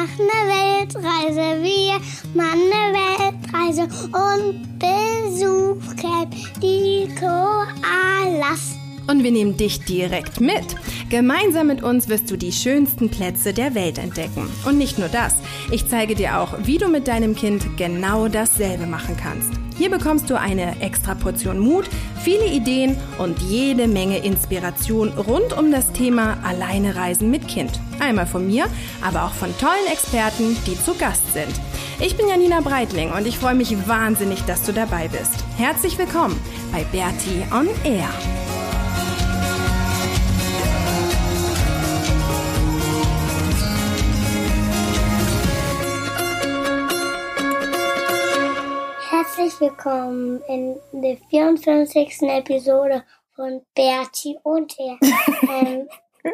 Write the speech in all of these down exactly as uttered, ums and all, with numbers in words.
machen eine Weltreise. Wir machen eine Weltreise und besuchen die Koalas. Und wir nehmen dich direkt mit. Gemeinsam mit uns wirst du die schönsten Plätze der Welt entdecken. Und nicht nur das, ich zeige dir auch, wie du mit deinem Kind genau dasselbe machen kannst. Hier bekommst du eine extra Portion Mut, viele Ideen und jede Menge Inspiration rund um das Thema Alleine reisen mit Kind. Einmal von mir, aber auch von tollen Experten, die zu Gast sind. Ich bin Janina Breitling und ich freue mich wahnsinnig, dass du dabei bist. Herzlich willkommen bei Bertie on Air. Herzlich willkommen in der vierundfünfzigsten Episode von Bertie und er. ähm,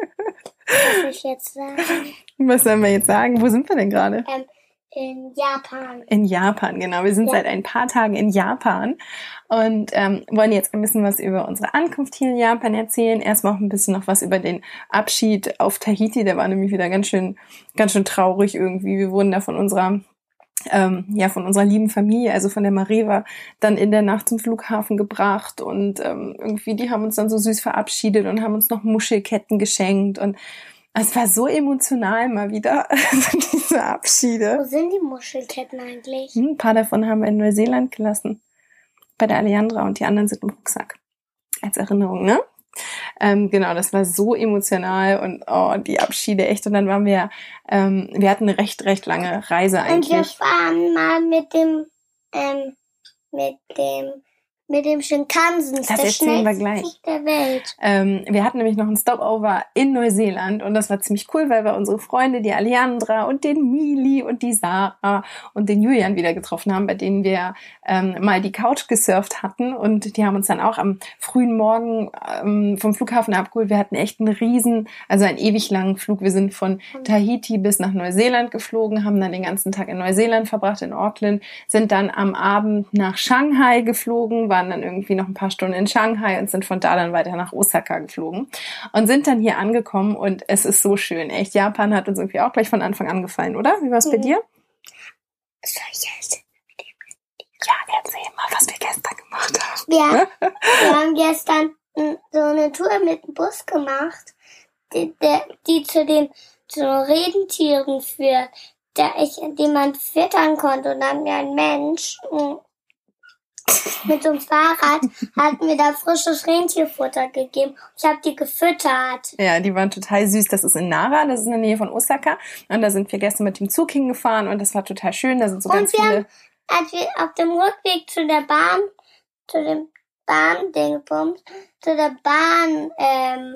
was soll ich jetzt sagen? Was sollen wir jetzt sagen? Wo sind wir denn gerade? Ähm, in Japan. In Japan, genau. Wir sind ja. seit ein paar Tagen in Japan und ähm, wollen jetzt ein bisschen was über unsere Ankunft hier in Japan erzählen. Erstmal auch ein bisschen noch was über den Abschied auf Tahiti. Der war nämlich wieder ganz schön, ganz schön traurig irgendwie. Wir wurden da von unserer Ähm, ja, von unserer lieben Familie, also von der Mareva, dann in der Nacht zum Flughafen gebracht und ähm, irgendwie, die haben uns dann so süß verabschiedet und haben uns noch Muschelketten geschenkt und es war so emotional mal wieder, diese Abschiede. Wo sind die Muschelketten eigentlich? Ein paar davon haben wir in Neuseeland gelassen, bei der Alejandra, und die anderen sind im Rucksack. Als Erinnerung, ne? Ähm, genau, das war so emotional und oh, die Abschiede, echt. Und dann waren wir, ähm, wir hatten eine recht, recht lange Reise eigentlich. Und wir fahren mal mit dem, ähm, mit dem, mit dem Shinkansen. Das erzählen wir gleich. Flug der Welt. Ähm, wir hatten nämlich noch einen Stopover in Neuseeland und das war ziemlich cool, weil wir unsere Freunde, die Alejandra und den Mili und die Sarah und den Julian wieder getroffen haben, bei denen wir ähm, mal die Couch gesurft hatten, und die haben uns dann auch am frühen Morgen ähm, vom Flughafen abgeholt. Wir hatten echt einen riesen, also einen ewig langen Flug. Wir sind von Tahiti bis nach Neuseeland geflogen, haben dann den ganzen Tag in Neuseeland verbracht, in Auckland, sind dann am Abend nach Shanghai geflogen, waren dann irgendwie noch ein paar Stunden in Shanghai und sind von da dann weiter nach Osaka geflogen und sind dann hier angekommen und es ist so schön. Echt, Japan hat uns irgendwie auch gleich von Anfang an gefallen, oder? Wie war es mhm. bei dir? Soll ich jetzt? Ja, erzähl mal, was wir gestern gemacht haben. Ja, wir haben gestern so eine Tour mit dem Bus gemacht, die, der, die zu den zu Rentieren führt, der ich, die man füttern konnte, und dann ja ein Mensch mit so einem Fahrrad hat mir da frisches Rentierfutter gegeben. Ich habe die gefüttert. Ja, die waren total süß. Das ist in Nara, das ist in der Nähe von Osaka. Und da sind wir gestern mit dem Zug hingefahren und das war total schön. Da sind so und ganz wir viele... Haben, als wir auf dem Rückweg zu der Bahn, zu dem Bahn-Dingsbums, zu der Bahn, ähm...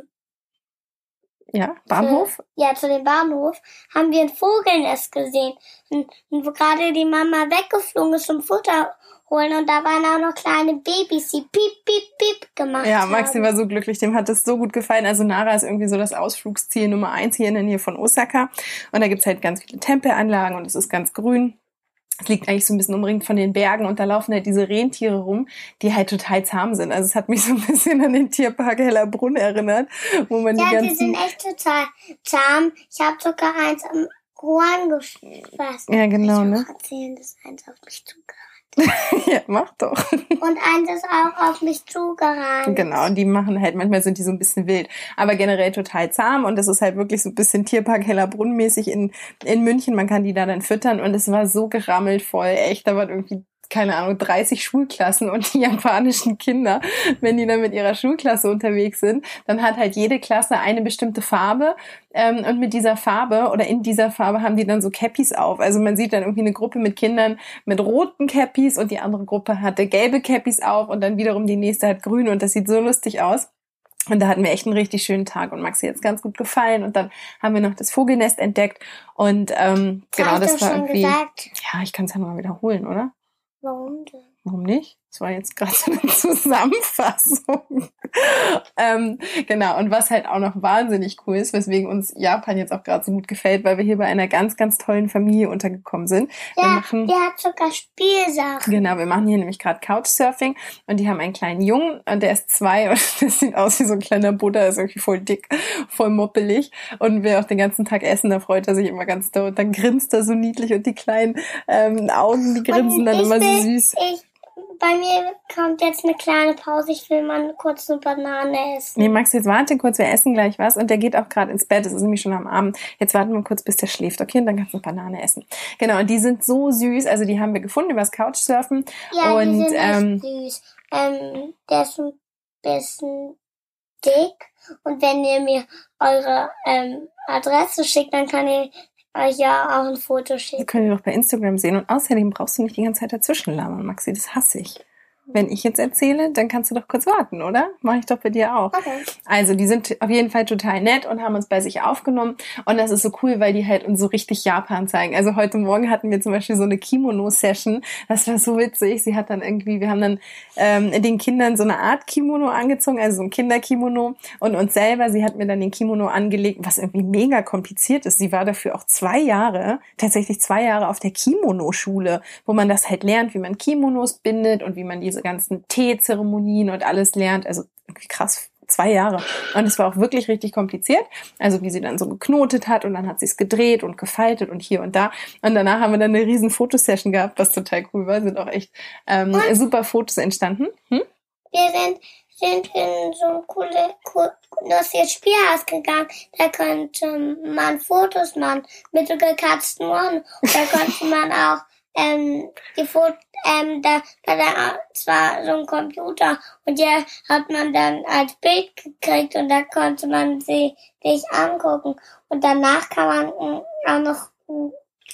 Ja, Bahnhof? Zu, ja, zu dem Bahnhof, haben wir ein Vogelnest gesehen. Und, und wo gerade die Mama weggeflogen ist zum Futter holen, und da waren auch noch kleine Babys, die piep, piep, piep gemacht ja, haben. Ja, Maxi war so glücklich, dem hat das so gut gefallen. Also Nara ist irgendwie so das Ausflugsziel Nummer eins hier in der Nähe von Osaka. Und da gibt's halt ganz viele Tempelanlagen und es ist ganz grün. Es liegt eigentlich so ein bisschen umringt von den Bergen und da laufen halt diese Rentiere rum, die halt total zahm sind. Also es hat mich so ein bisschen an den Tierpark Hellerbrunn erinnert, wo man ja, die ganzen... Ja, die sind echt total zahm. Ich habe sogar eins am Ohren gefasst. Ja, genau, ich ne? Ich erzählen, dass eins auf mich zugerannt. Ja, mach doch. Und eins ist auch auf mich zugerannt. Genau, und die machen halt, manchmal sind die so ein bisschen wild, aber generell total zahm, und das ist halt wirklich so ein bisschen Tierpark Hellerbrunn mäßig in, in München. Man kann die da dann füttern und es war so gerammelt voll, echt, da waren irgendwie, keine Ahnung, dreißig Schulklassen und die japanischen Kinder, wenn die dann mit ihrer Schulklasse unterwegs sind, dann hat halt jede Klasse eine bestimmte Farbe, ähm, und mit dieser Farbe oder in dieser Farbe haben die dann so Cappies auf. Also man sieht dann irgendwie eine Gruppe mit Kindern mit roten Cappies und die andere Gruppe hatte gelbe Cappies auf und dann wiederum die nächste hat grün, und das sieht so lustig aus. Und da hatten wir echt einen richtig schönen Tag und Maxi hat's ganz gut gefallen. Und dann haben wir noch das Vogelnest entdeckt und ähm, genau, Hab ich das doch war schon irgendwie. Gesagt. Ja, ich kann es ja nochmal wiederholen, oder? Warum denn? Warum nicht? Das war jetzt gerade so eine Zusammenfassung. ähm, genau, und was halt auch noch wahnsinnig cool ist, weswegen uns Japan jetzt auch gerade so gut gefällt, weil wir hier bei einer ganz, ganz tollen Familie untergekommen sind. Ja, wir machen, die hat sogar Spielsachen. Genau, wir machen hier nämlich gerade Couchsurfing und die haben einen kleinen Jungen und der ist zwei und das sieht aus wie so ein kleiner Buddha, ist irgendwie voll dick, voll moppelig und will auch den ganzen Tag essen, da freut er sich immer ganz doll und dann grinst er so niedlich und die kleinen ähm, Augen, die grinsen dann immer so süß. Ich, bei mir kommt jetzt eine kleine Pause, ich will mal kurz eine Banane essen. Nee, Max, jetzt warte kurz, wir essen gleich was und der geht auch gerade ins Bett, es ist nämlich schon am Abend. Jetzt warten wir kurz, bis der schläft, okay? Und dann kannst du eine Banane essen. Genau, und die sind so süß, also die haben wir gefunden übers Couchsurfen. Ja, und, die sind ähm, echt süß. Ähm, der ist ein bisschen dick und wenn ihr mir eure ähm, Adresse schickt, dann kann ich euch ja auch ein Foto schicken. Das können wir doch bei Instagram sehen und außerdem brauchst du nicht die ganze Zeit dazwischen labern, Maxi, das hasse ich. Wenn ich jetzt erzähle, dann kannst du doch kurz warten, oder? Mache ich doch bei dir auch. Okay. Also die sind auf jeden Fall total nett und haben uns bei sich aufgenommen. Und das ist so cool, weil die halt uns so richtig Japan zeigen. Also heute Morgen hatten wir zum Beispiel so eine Kimono-Session. Das war so witzig. Sie hat dann irgendwie, wir haben dann ähm, den Kindern so eine Art Kimono angezogen, also so ein Kinderkimono. Und uns selber, sie hat mir dann den Kimono angelegt, was irgendwie mega kompliziert ist. Sie war dafür auch zwei Jahre, tatsächlich zwei Jahre auf der Kimono-Schule, wo man das halt lernt, wie man Kimonos bindet und wie man diese ganzen Teezeremonien und alles lernt. Also irgendwie krass, zwei Jahre. Und es war auch wirklich richtig kompliziert. Also wie sie dann so geknotet hat und dann hat sie es gedreht und gefaltet und hier und da. Und danach haben wir dann eine riesen Fotosession gehabt, was total cool war. Sind auch echt ähm, super Fotos entstanden. Hm? Wir sind, sind in so ein coole, cool, lustiges Spielhaus gegangen. Da konnte man Fotos machen mit so gekatzten Ohren. Und da konnte man auch ähm, die Fotos, ähm, da war da zwar so ein Computer und der hat man dann als Bild gekriegt und da konnte man sie sich angucken. Und danach kann man äh, auch noch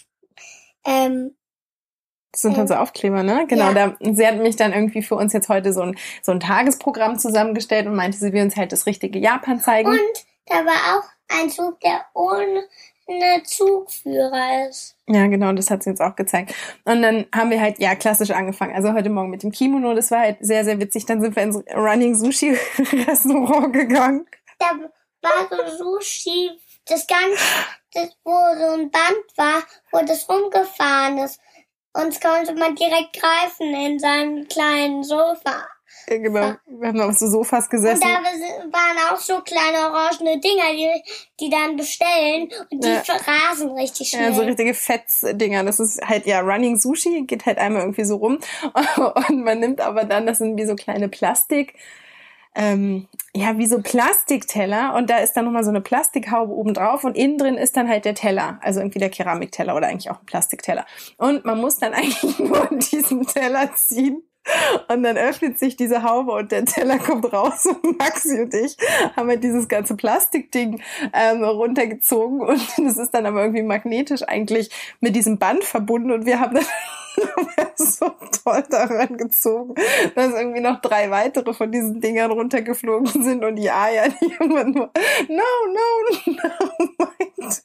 ähm, Das sind dann so Aufkleber, ne? Genau, ja. da, sie hat mich dann irgendwie für uns jetzt heute so ein, so ein Tagesprogramm zusammengestellt und meinte, sie will uns halt das richtige Japan zeigen. Und da war auch ein Zug, der ohne Zugführer ist. Ja, genau, das hat sie uns auch gezeigt. Und dann haben wir halt, ja, klassisch angefangen. Also heute Morgen mit dem Kimono, das war halt sehr, sehr witzig. Dann sind wir ins Running Sushi Restaurant gegangen. Da war so Sushi, das ganze, das, wo so ein Band war, wo das rumgefahren ist. Und das konnte man direkt greifen in seinem kleinen Sofa. Ja, genau. Wir haben auf so Sofas gesessen. Und da waren auch so kleine orangene Dinger, die, die dann bestellen. Und die ja. rasen richtig schnell. Ja, so richtige Fetzdinger. Das ist halt, ja, Running Sushi, geht halt einmal irgendwie so rum. Und man nimmt aber dann, das sind wie so kleine Plastik, ähm, ja, wie so Plastikteller. Und da ist dann nochmal so eine Plastikhaube oben drauf. Und innen drin ist dann halt der Teller. Also irgendwie der Keramikteller oder eigentlich auch ein Plastikteller. Und man muss dann eigentlich nur diesen Teller ziehen. Und dann öffnet sich diese Haube und der Teller kommt raus und Maxi und ich haben halt dieses ganze Plastikding ähm, runtergezogen und das ist dann aber irgendwie magnetisch eigentlich mit diesem Band verbunden und wir haben dann so toll daran gezogen, dass irgendwie noch drei weitere von diesen Dingern runtergeflogen sind und die Aya, die immer nur no, no, no meint.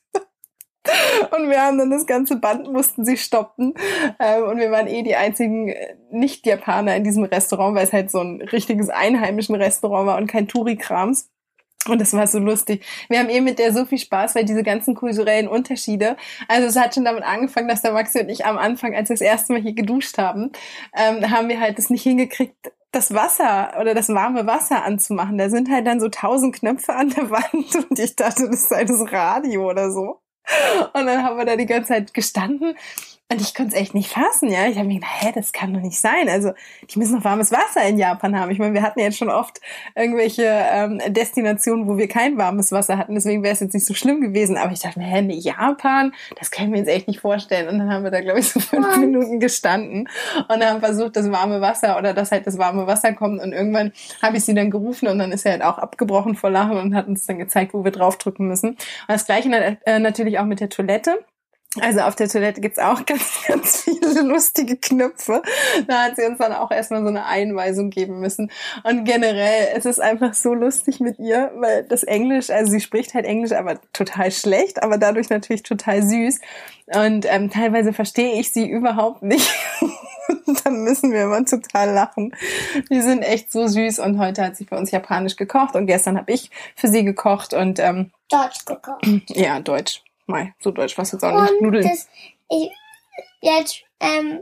Und wir haben dann das ganze Band, mussten sie stoppen. Ähm, und wir waren eh die einzigen Nicht-Japaner in diesem Restaurant, weil es halt so ein richtiges einheimischen Restaurant war und kein Touri-Krams. Und das war so lustig. Wir haben eben mit der so viel Spaß, weil diese ganzen kulturellen Unterschiede, also es hat schon damit angefangen, dass der Maxi und ich am Anfang, als wir das erste Mal hier geduscht haben, ähm, haben wir halt das nicht hingekriegt, das Wasser oder das warme Wasser anzumachen. Da sind halt dann so tausend Knöpfe an der Wand und ich dachte, das sei das Radio oder so. Und dann haben wir da die ganze Zeit gestanden und ich konnte es echt nicht fassen, ja. Ich habe mir gedacht, hä, das kann doch nicht sein. Also die müssen noch warmes Wasser in Japan haben. Ich meine, wir hatten ja jetzt schon oft irgendwelche ähm, Destinationen, wo wir kein warmes Wasser hatten. Deswegen wäre es jetzt nicht so schlimm gewesen. Aber ich dachte mir, hä, nee, Japan, das können wir uns echt nicht vorstellen. Und dann haben wir da, glaube ich, so fünf oh. Minuten gestanden und haben versucht, das warme Wasser oder dass halt das warme Wasser kommt. Und irgendwann habe ich sie dann gerufen und dann ist er halt auch abgebrochen vor Lachen und hat uns dann gezeigt, wo wir draufdrücken müssen. Und das Gleiche äh, natürlich auch mit der Toilette. Also auf der Toilette gibt's auch ganz, ganz viele lustige Knöpfe. Da hat sie uns dann auch erstmal so eine Einweisung geben müssen. Und generell, es ist einfach so lustig mit ihr, weil das Englisch, also sie spricht halt Englisch, aber total schlecht, aber dadurch natürlich total süß. Und ähm, teilweise verstehe ich sie überhaupt nicht. Dann müssen wir immer total lachen. Die sind echt so süß und heute hat sie bei uns japanisch gekocht und gestern habe ich für sie gekocht und ähm, Deutsch gekocht. Ja, Deutsch. Mei, so Deutsch was jetzt auch und nicht. Nudeln. Das, ich, jetzt ähm,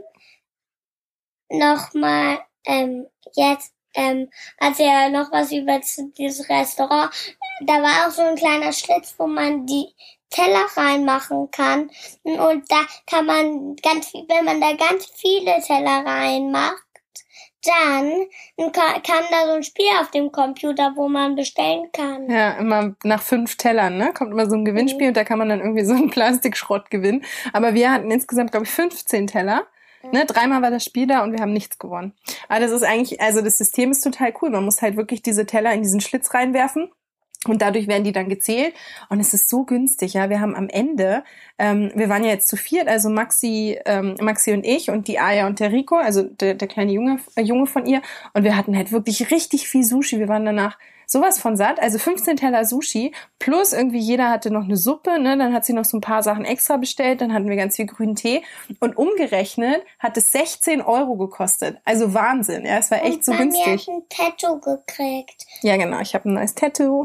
nochmal ähm, jetzt ähm, als er noch was über dieses Restaurant, da war auch so ein kleiner Schlitz, wo man die Teller reinmachen kann und da kann man ganz viel, wenn man da ganz viele Teller reinmacht, dann kann, kann da so ein Spiel auf dem Computer, wo man bestellen kann. Ja, immer nach fünf Tellern, ne? Kommt immer so ein Gewinnspiel mhm. und da kann man dann irgendwie so einen Plastikschrott gewinnen. Aber wir hatten insgesamt, glaube ich, fünfzehn Teller. Ne, dreimal war das Spiel da und wir haben nichts gewonnen. Aber das ist eigentlich, also das System ist total cool. Man muss halt wirklich diese Teller in diesen Schlitz reinwerfen. Und dadurch werden die dann gezählt. Und es ist so günstig, ja. Wir haben am Ende, ähm, wir waren ja jetzt zu viert, also Maxi, ähm, Maxi und ich und die Aya und der Rico, also der, der kleine Junge, äh, Junge von ihr. Und wir hatten halt wirklich richtig viel Sushi. Wir waren danach sowas von satt. Also fünfzehn Teller Sushi plus irgendwie jeder hatte noch eine Suppe, ne? Dann hat sie noch so ein paar Sachen extra bestellt. Dann hatten wir ganz viel grünen Tee. Und umgerechnet hat es sechzehn Euro gekostet. Also Wahnsinn, ja. Es war echt und so günstig. Ich habe ein Tattoo gekriegt. Ja, genau. Ich habe ein neues Tattoo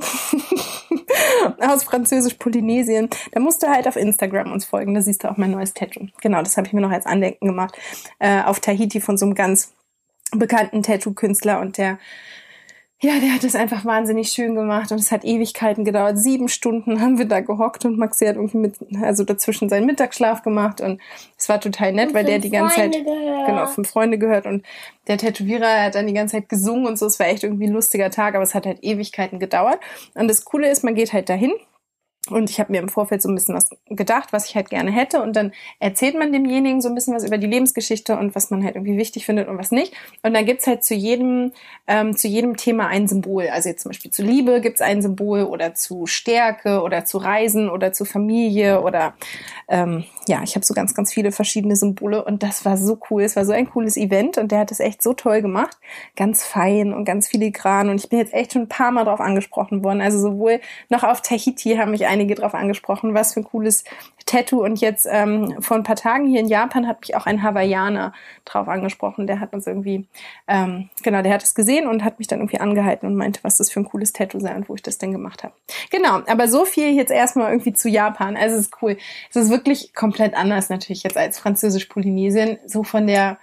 aus Französisch-Polynesien. Da musst du halt auf Instagram uns folgen. Da siehst du auch mein neues Tattoo. Genau, das habe ich mir noch als Andenken gemacht. Äh, auf Tahiti von so einem ganz bekannten Tattoo-Künstler. Und der Ja, der hat es einfach wahnsinnig schön gemacht und es hat Ewigkeiten gedauert. Sieben Stunden haben wir da gehockt und Maxi hat irgendwie mit, also dazwischen seinen Mittagsschlaf gemacht und es war total nett, und weil der die ganze Freunde Zeit, gehört. genau, fünf Freunde gehört und der Tätowierer hat dann die ganze Zeit gesungen und so. Es war echt irgendwie ein lustiger Tag, aber es hat halt Ewigkeiten gedauert. Und das Coole ist, man geht halt dahin. Und ich habe mir im Vorfeld so ein bisschen was gedacht, was ich halt gerne hätte. Und dann erzählt man demjenigen so ein bisschen was über die Lebensgeschichte und was man halt irgendwie wichtig findet und was nicht. Und dann gibt's halt zu jedem ähm, zu jedem Thema ein Symbol. Also jetzt zum Beispiel zu Liebe gibt's ein Symbol oder zu Stärke oder zu Reisen oder zu Familie oder ähm, ja, ich habe so ganz, ganz viele verschiedene Symbole. Und das war so cool. Es war so ein cooles Event und der hat es echt so toll gemacht. Ganz fein und ganz filigran. Und ich bin jetzt echt schon ein paar Mal drauf angesprochen worden. Also sowohl noch auf Tahiti haben mich einige drauf angesprochen, was für ein cooles Tattoo. Und jetzt ähm, vor ein paar Tagen hier in Japan hat mich auch ein Hawaiianer drauf angesprochen. Der hat uns irgendwie, ähm, genau, der hat es gesehen und hat mich dann irgendwie angehalten und meinte, was das für ein cooles Tattoo sei und wo ich das denn gemacht habe. Genau, aber so viel jetzt erstmal irgendwie zu Japan. Also es ist cool. Es ist wirklich komplett anders natürlich jetzt als Französisch-Polynesien. So von der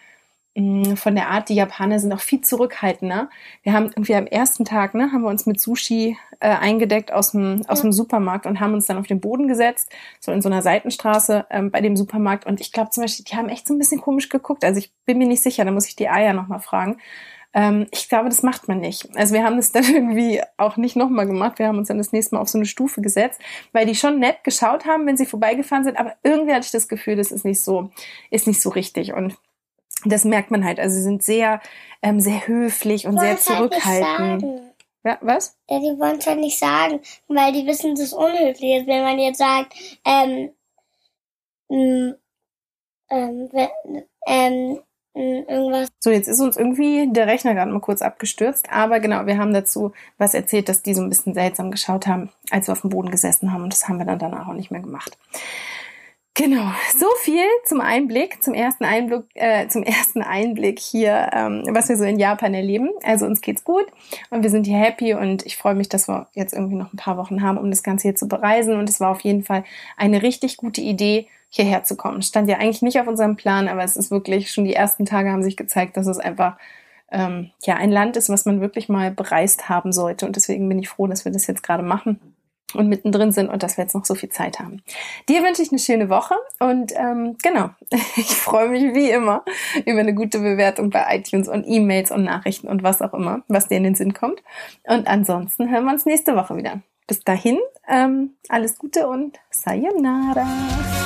von der Art, die Japaner sind auch viel zurückhaltender. Wir haben irgendwie am ersten Tag, ne, haben wir uns mit Sushi äh, eingedeckt aus dem aus dem Supermarkt und haben uns dann auf den Boden gesetzt, so in so einer Seitenstraße ähm, bei dem Supermarkt. Und ich glaube zum Beispiel, die haben echt so ein bisschen komisch geguckt. Also ich bin mir nicht sicher, da muss ich die Aya nochmal fragen. Ähm, ich glaube, das macht man nicht. Also wir haben das dann irgendwie auch nicht nochmal gemacht. Wir haben uns dann das nächste Mal auf so eine Stufe gesetzt, weil die schon nett geschaut haben, wenn sie vorbeigefahren sind. Aber irgendwie hatte ich das Gefühl, das ist nicht so, ist nicht so richtig. Und das merkt man halt. Also sie sind sehr, ähm, sehr höflich und sehr zurückhaltend. Halt ja, was? Ja, die wollen es halt nicht sagen, weil die wissen, dass es unhöflich ist, wenn man jetzt sagt, ähm, mh, ähm, ähm, irgendwas. So, jetzt ist uns irgendwie der Rechner gerade mal kurz abgestürzt, aber genau, wir haben dazu was erzählt, dass die so ein bisschen seltsam geschaut haben, als wir auf dem Boden gesessen haben und das haben wir dann danach auch nicht mehr gemacht. Genau, so viel zum Einblick, zum ersten Einblick, äh, zum ersten Einblick hier, ähm, was wir so in Japan erleben. Also uns geht's gut und wir sind hier happy und ich freue mich, dass wir jetzt irgendwie noch ein paar Wochen haben, um das Ganze hier zu bereisen. Und es war auf jeden Fall eine richtig gute Idee, hierher zu kommen. Stand ja eigentlich nicht auf unserem Plan, aber es ist wirklich, schon die ersten Tage haben sich gezeigt, dass es einfach ähm, ja ein Land ist, was man wirklich mal bereist haben sollte. Und deswegen bin ich froh, dass wir das jetzt gerade machen und mittendrin sind und dass wir jetzt noch so viel Zeit haben. Dir wünsche ich eine schöne Woche und ähm, genau, ich freue mich wie immer über eine gute Bewertung bei iTunes und E-Mails und Nachrichten und was auch immer, was dir in den Sinn kommt. Und ansonsten hören wir uns nächste Woche wieder. Bis dahin, ähm, alles Gute und Sayonara.